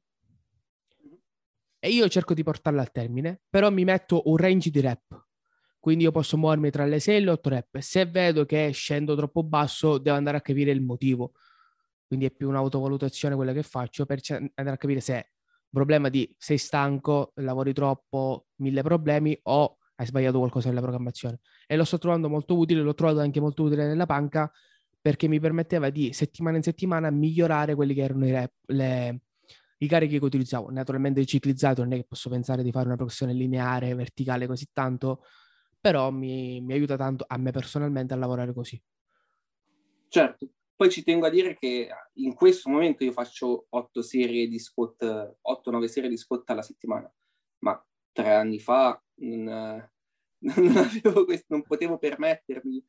e io cerco di portarlo al termine, però mi metto un range di rep. Quindi io posso muovermi tra le 6 e le 8 rep. Se vedo che scendo troppo basso, devo andare a capire il motivo. Quindi è più un'autovalutazione quella che faccio per andare a capire se è un problema di sei stanco, lavori troppo, mille problemi o hai sbagliato qualcosa nella programmazione. E lo sto trovando molto utile, l'ho trovato anche molto utile nella panca perché mi permetteva di settimana in settimana migliorare quelli che erano i carichi che utilizzavo. Naturalmente ciclizzato, non è che posso pensare di fare una progressione lineare, verticale così tanto, però mi aiuta tanto a me personalmente a lavorare così. Certo, poi ci tengo a dire che in questo momento io faccio 8 serie di squat, 8-9 serie di squat alla settimana, ma 3 anni fa non potevo permettermi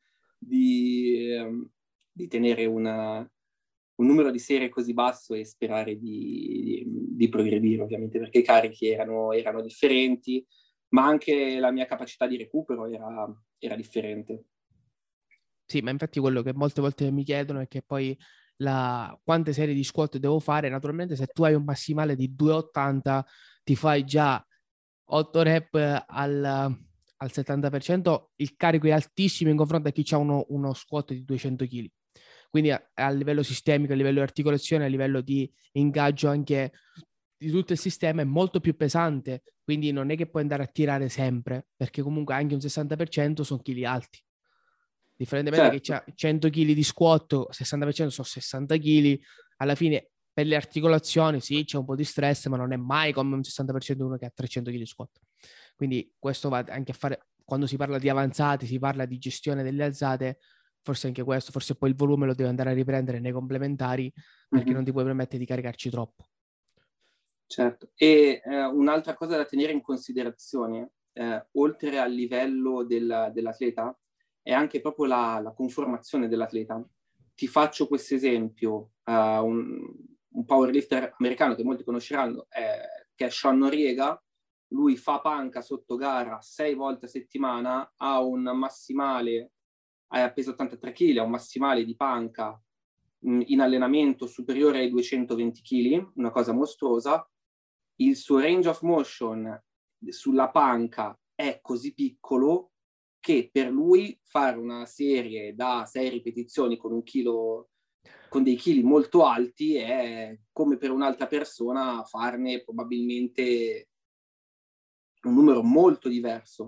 di tenere un numero di serie così basso e sperare di progredire, ovviamente, perché i carichi erano differenti, ma anche la mia capacità di recupero era differente. Sì, ma infatti quello che molte volte mi chiedono è che poi quante serie di squat devo fare. Naturalmente se tu hai un massimale di 280 ti fai già 8 rep al 70%, il carico è altissimo in confronto a chi ha uno squat di 200 kg. Quindi a livello sistemico, a livello di articolazione, a livello di ingaggio anche di tutto il sistema è molto più pesante, quindi non è che puoi andare a tirare sempre, perché comunque anche un 60% sono chili alti. Differentemente che c'ha 100 kg di squat, 60% sono 60 kg, alla fine per le articolazioni sì, c'è un po' di stress, ma non è mai come un 60% di uno che ha 300 kg di squat. Quindi questo va anche a fare, quando si parla di avanzati, si parla di gestione delle alzate, forse anche questo, forse poi il volume lo devi andare a riprendere nei complementari, perché non ti puoi permettere di caricarci troppo. Certo, e un'altra cosa da tenere in considerazione, oltre al livello dell'atleta, è anche proprio la conformazione dell'atleta. Ti faccio questo esempio, un powerlifter americano che molti conosceranno, che è Sean Noriega. Lui fa panca sotto gara 6 volte a settimana, ha un massimale, pesa 83 kg, ha un massimale di panca in allenamento superiore ai 220 kg, una cosa mostruosa. Il suo range of motion sulla panca è così piccolo che per lui fare una serie da 6 ripetizioni con dei chili molto alti è come per un'altra persona farne probabilmente un numero molto diverso.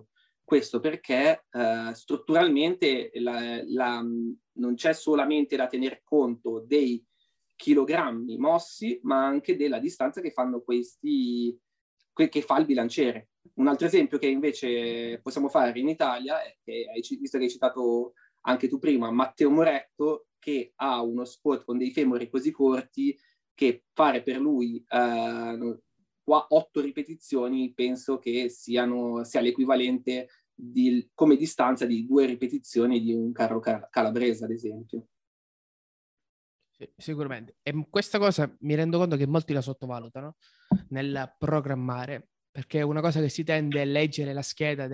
Questo perché strutturalmente non c'è solamente da tener conto dei chilogrammi mossi, ma anche della distanza che fanno che fa il bilanciere. Un altro esempio che invece possiamo fare in Italia è che, visto che hai citato anche tu prima, Matteo Moretto, che ha uno squat con dei femori così corti che fare per lui 8 ripetizioni penso che sia l'equivalente come distanza di 2 ripetizioni di un carro calabrese, ad esempio. Sicuramente. E questa cosa mi rendo conto che molti la sottovalutano nel programmare, perché una cosa che si tende a leggere la scheda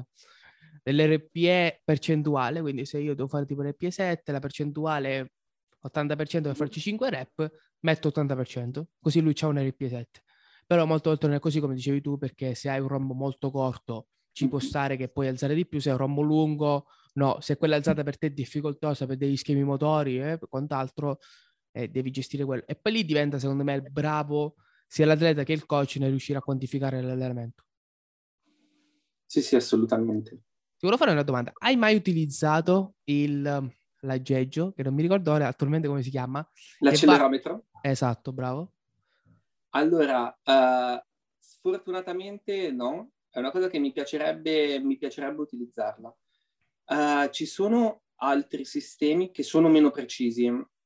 dell'RPE percentuale, quindi se io devo fare tipo l'RPE 7, la percentuale è 80% per farci 5 rep, metto 80%, così lui c'ha un RPE 7. Però molte volte non è così, come dicevi tu, perché se hai un rombo molto corto ci può stare che puoi alzare di più, se hai un rombo lungo no, se quella alzata per te è difficoltosa per degli schemi motori e quant'altro, devi gestire quello. E poi lì diventa, secondo me, bravo sia l'atleta che il coach nel riuscire a quantificare l'allenamento. Sì, assolutamente. Ti volevo fare una domanda. Hai mai utilizzato l'aggeggio, che non mi ricordo ora attualmente come si chiama? L'accelerometro? Esatto, bravo. Allora, sfortunatamente no, è una cosa che mi piacerebbe utilizzarla. Ci sono altri sistemi che sono meno precisi,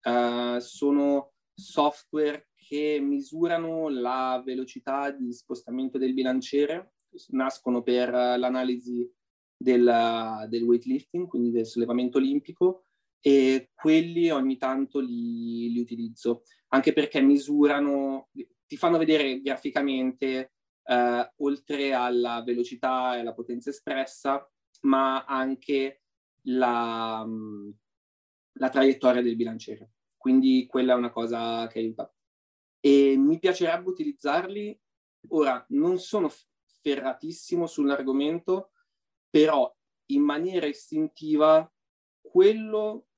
sono software che misurano la velocità di spostamento del bilanciere, nascono per l'analisi del weightlifting, quindi del sollevamento olimpico, e quelli ogni tanto li utilizzo, anche perché misurano, ti fanno vedere graficamente, oltre alla velocità e alla potenza espressa, ma anche la traiettoria del bilanciere. Quindi quella è una cosa che aiuta. E mi piacerebbe utilizzarli. Ora, non sono ferratissimo sull'argomento, però in maniera istintiva quello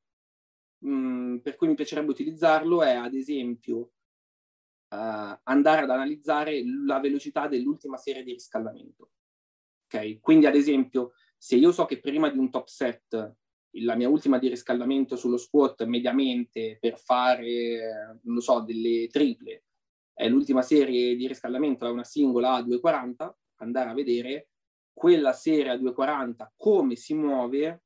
per cui mi piacerebbe utilizzarlo è, ad esempio, andare ad analizzare la velocità dell'ultima serie di riscaldamento. Ok? Quindi, ad esempio, se io so che prima di un top set la mia ultima di riscaldamento sullo squat mediamente per fare, non lo so, delle triple, l'ultima serie di riscaldamento è una singola a 240, andare a vedere quella serie a 240 come si muove,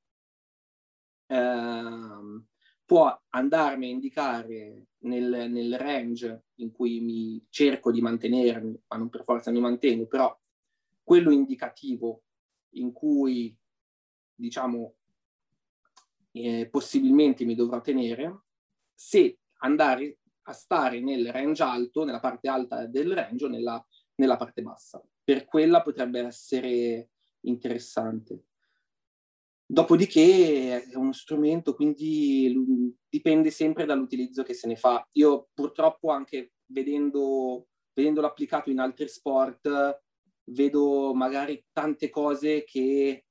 può andarmi a indicare nel range in cui mi cerco di mantenermi, ma non per forza mi mantengo, però quello indicativo in cui, diciamo, possibilmente mi dovrò tenere, se andare a stare nel range alto, nella parte alta del range o nella parte bassa. Per quella potrebbe essere interessante. Dopodiché è uno strumento, quindi dipende sempre dall'utilizzo che se ne fa. Io purtroppo, anche vedendolo applicato in altri sport, vedo magari tante cose che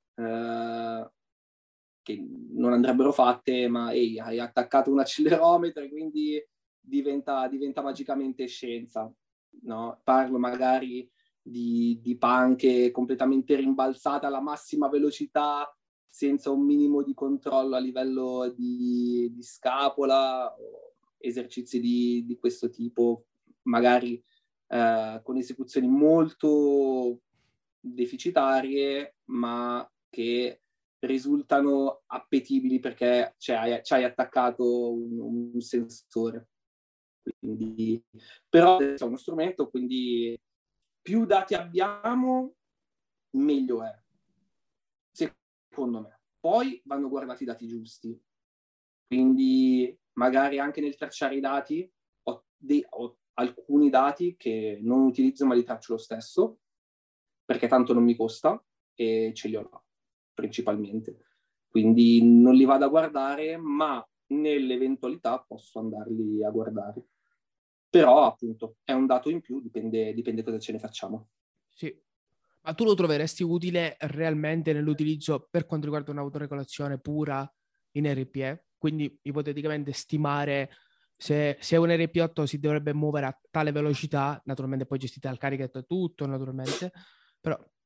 non andrebbero fatte, ma hai attaccato un accelerometro e quindi diventa magicamente scienza. No? Parlo magari di panche completamente rimbalzate alla massima velocità, senza un minimo di controllo a livello di scapola, o esercizi di questo tipo, magari con esecuzioni molto deficitarie, ma che risultano appetibili perché ci hai attaccato un sensore. Quindi, però è uno strumento, quindi più dati abbiamo, meglio è, secondo me. Poi vanno guardati i dati giusti, quindi magari anche nel tracciare i dati ho alcuni dati che non utilizzo ma li traccio lo stesso, perché tanto non mi costa e ce li ho là, principalmente. Quindi non li vado a guardare, ma nell'eventualità posso andarli a guardare. Però, appunto, è un dato in più, dipende cosa ce ne facciamo. Sì. Ma tu lo troveresti utile realmente nell'utilizzo per quanto riguarda un'autoregolazione pura in RPE? Quindi ipoteticamente stimare se un RP8 si dovrebbe muovere a tale velocità, naturalmente poi gestite dal caricatore tutto, naturalmente, però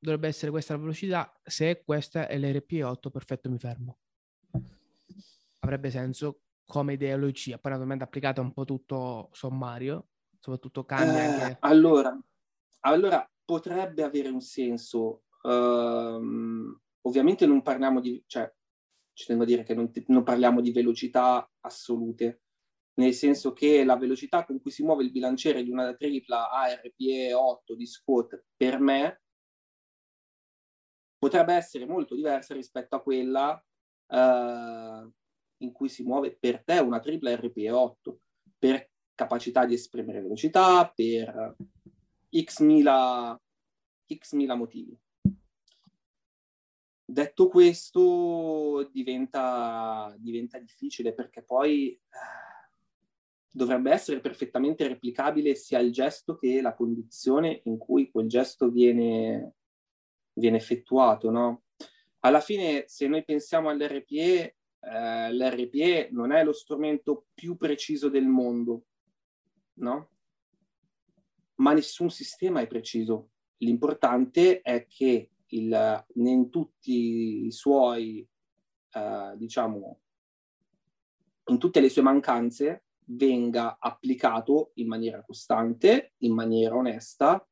dovrebbe essere questa la velocità, se questa è l'RPE 8, perfetto, mi fermo. Avrebbe senso come ideologia, poi naturalmente applicata un po' tutto sommario, soprattutto cambia anche... Allora, potrebbe avere un senso. Ovviamente non parliamo di... cioè, ci tengo a dire che non parliamo di velocità assolute, nel senso che la velocità con cui si muove il bilanciere di una tripla ARPE 8 di Scott, per me, potrebbe essere molto diversa rispetto a quella in cui si muove per te una tripla RPE 8, per capacità di esprimere velocità, per x mila motivi. Detto questo, diventa difficile, perché poi dovrebbe essere perfettamente replicabile sia il gesto che la condizione in cui quel gesto viene effettuato, no? Alla fine, se noi pensiamo all'RPE, l'RPE non è lo strumento più preciso del mondo, no? Ma nessun sistema è preciso. L'importante è che in tutti i suoi, diciamo, in tutte le sue mancanze, venga applicato in maniera costante, in maniera onesta,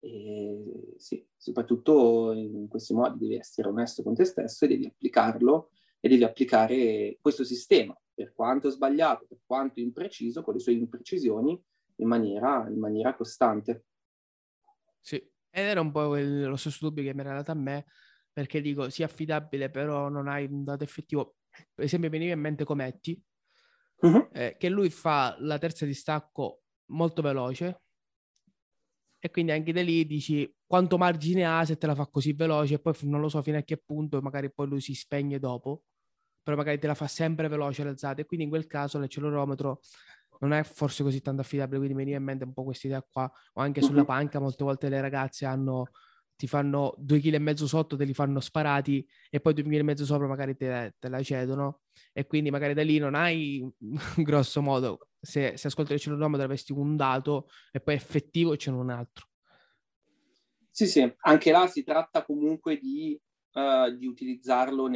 e sì, soprattutto in questi modi devi essere onesto con te stesso e devi applicarlo, e devi applicare questo sistema, per quanto sbagliato, per quanto impreciso, con le sue imprecisioni, in maniera costante. Sì, ed era un po' lo stesso dubbio che mi era dato a me, perché dico, sì, affidabile, però non hai un dato effettivo. Per esempio, mi veniva in mente Cometti, che lui fa la terza di stacco molto veloce, e quindi anche da lì dici quanto margine ha se te la fa così veloce, e poi non lo so fino a che punto, magari poi lui si spegne dopo, però magari te la fa sempre veloce l'alzata, e quindi in quel caso l'accelerometro non è forse così tanto affidabile, quindi mi viene in mente un po' questa idea qua, o anche sulla panca, molte volte le ragazze ti fanno 2,5 kg sotto, te li fanno sparati, e poi 2,5 kg sopra magari te la cedono, e quindi magari da lì non hai, grosso modo, se ascolti l'accelerometro avresti un dato, e poi effettivo c'è un altro. Sì, sì, anche là si tratta comunque di utilizzarlo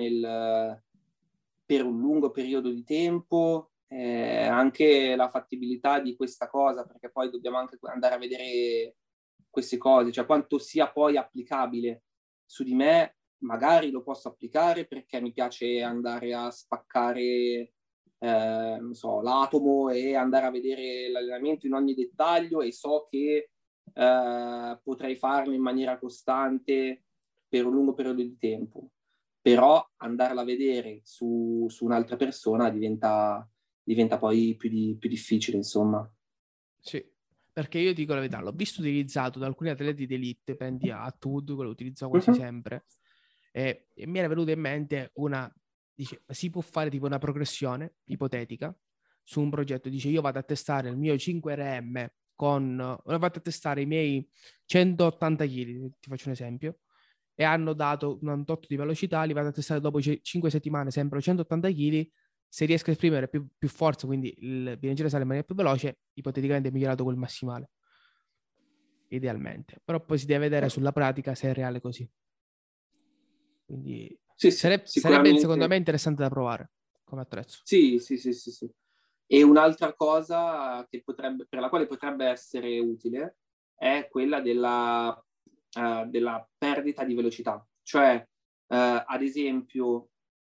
per un lungo periodo di tempo, anche la fattibilità di questa cosa, perché poi dobbiamo anche andare a vedere queste cose, cioè quanto sia poi applicabile su di me. Magari lo posso applicare perché mi piace andare a spaccare non so, l'atomo e andare a vedere l'allenamento in ogni dettaglio, e so che potrei farlo in maniera costante per un lungo periodo di tempo. Però andarla a vedere su un'altra persona diventa poi più difficile, insomma. Sì, perché io dico la verità, l'ho visto utilizzato da alcuni atleti di elite, prendi Atwood, quello lo utilizzo quasi sempre, e mi era venuta in mente dice, si può fare tipo una progressione ipotetica su un progetto, dice io vado a testare il mio 5RM vado a testare i miei 180 kg, ti faccio un esempio, e hanno dato un tot di velocità, li vado a testare dopo 5 settimane, sempre 180 kg, se riesco a esprimere più forza, quindi il bilanciere sale in maniera più veloce, ipoteticamente è migliorato quel massimale, idealmente. Però poi si deve vedere sulla pratica se è reale così. Quindi sì, sarebbe secondo me sicuramente. interessante da provare come attrezzo. Sì. E un'altra cosa per la quale potrebbe essere utile è quella della perdita di velocità. Cioè, ad esempio,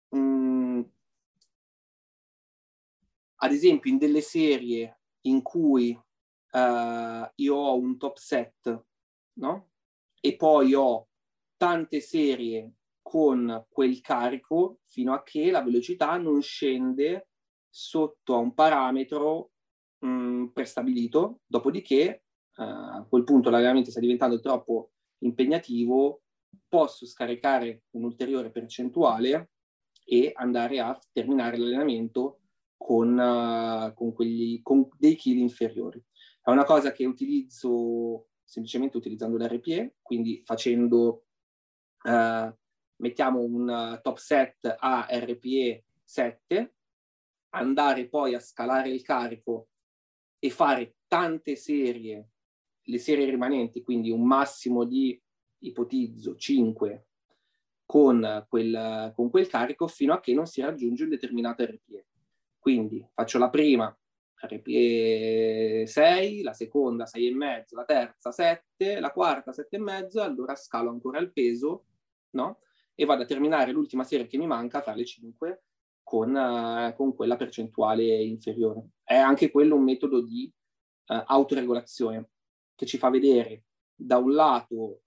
in delle serie in cui io ho un top set, no? E poi ho tante serie con quel carico fino a che la velocità non scende sotto a un parametro prestabilito, dopodiché a quel punto l'allenamento sta diventando troppo impegnativo, posso scaricare un'ulteriore percentuale e andare a terminare l'allenamento con dei chili inferiori. È una cosa che utilizzo semplicemente utilizzando l'RPE, quindi facendo, mettiamo un top set a RPE 7, andare poi a scalare il carico e fare tante serie, le serie rimanenti, quindi un massimo di ipotizzo 5 con quel carico fino a che non si raggiunge un determinato RPE. Quindi faccio la prima RPE 6, la seconda 6,5, la terza 7, la quarta 7,5, allora scalo ancora il peso, no? E vado a terminare l'ultima serie che mi manca fra le 5 con quella percentuale inferiore. È anche quello un metodo di autoregolazione che ci fa vedere da un lato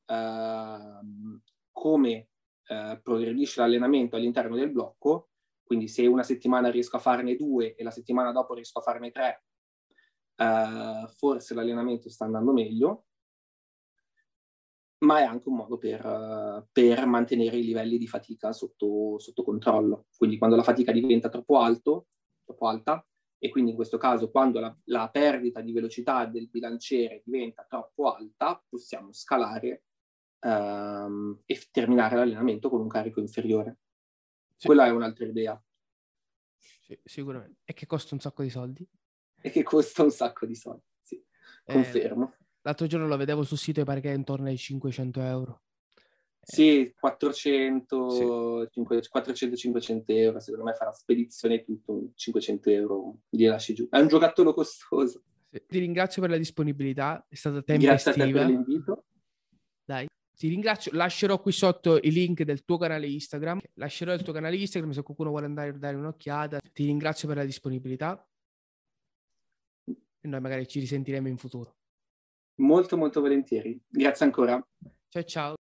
come progredisce l'allenamento all'interno del blocco, quindi se una settimana riesco a farne 2 e la settimana dopo riesco a farne 3, forse l'allenamento sta andando meglio, ma è anche un modo per mantenere i livelli di fatica sotto controllo. Quindi quando la fatica diventa troppo alta, e quindi in questo caso quando la perdita di velocità del bilanciere diventa troppo alta, possiamo scalare e terminare l'allenamento con un carico inferiore. Sì. Quella è un'altra idea. Sì, sicuramente. E che costa un sacco di soldi. Sì. Confermo. L'altro giorno lo vedevo sul sito e pare che è intorno ai 500 euro. Sì, 400-500 euro. Secondo me farà spedizione tutto, 500 euro li lasci giù. È un giocattolo costoso. Sì. Ti ringrazio per la disponibilità, è stata Grazie tempestiva. a te per l'invito. Dai, ti ringrazio. Lascerò qui sotto i link del tuo canale Instagram. Lascerò il tuo canale Instagram se qualcuno vuole andare a dare un'occhiata. Ti ringrazio per la disponibilità e noi magari ci risentiremo in futuro. Molto, molto volentieri. Grazie ancora. Ciao, ciao.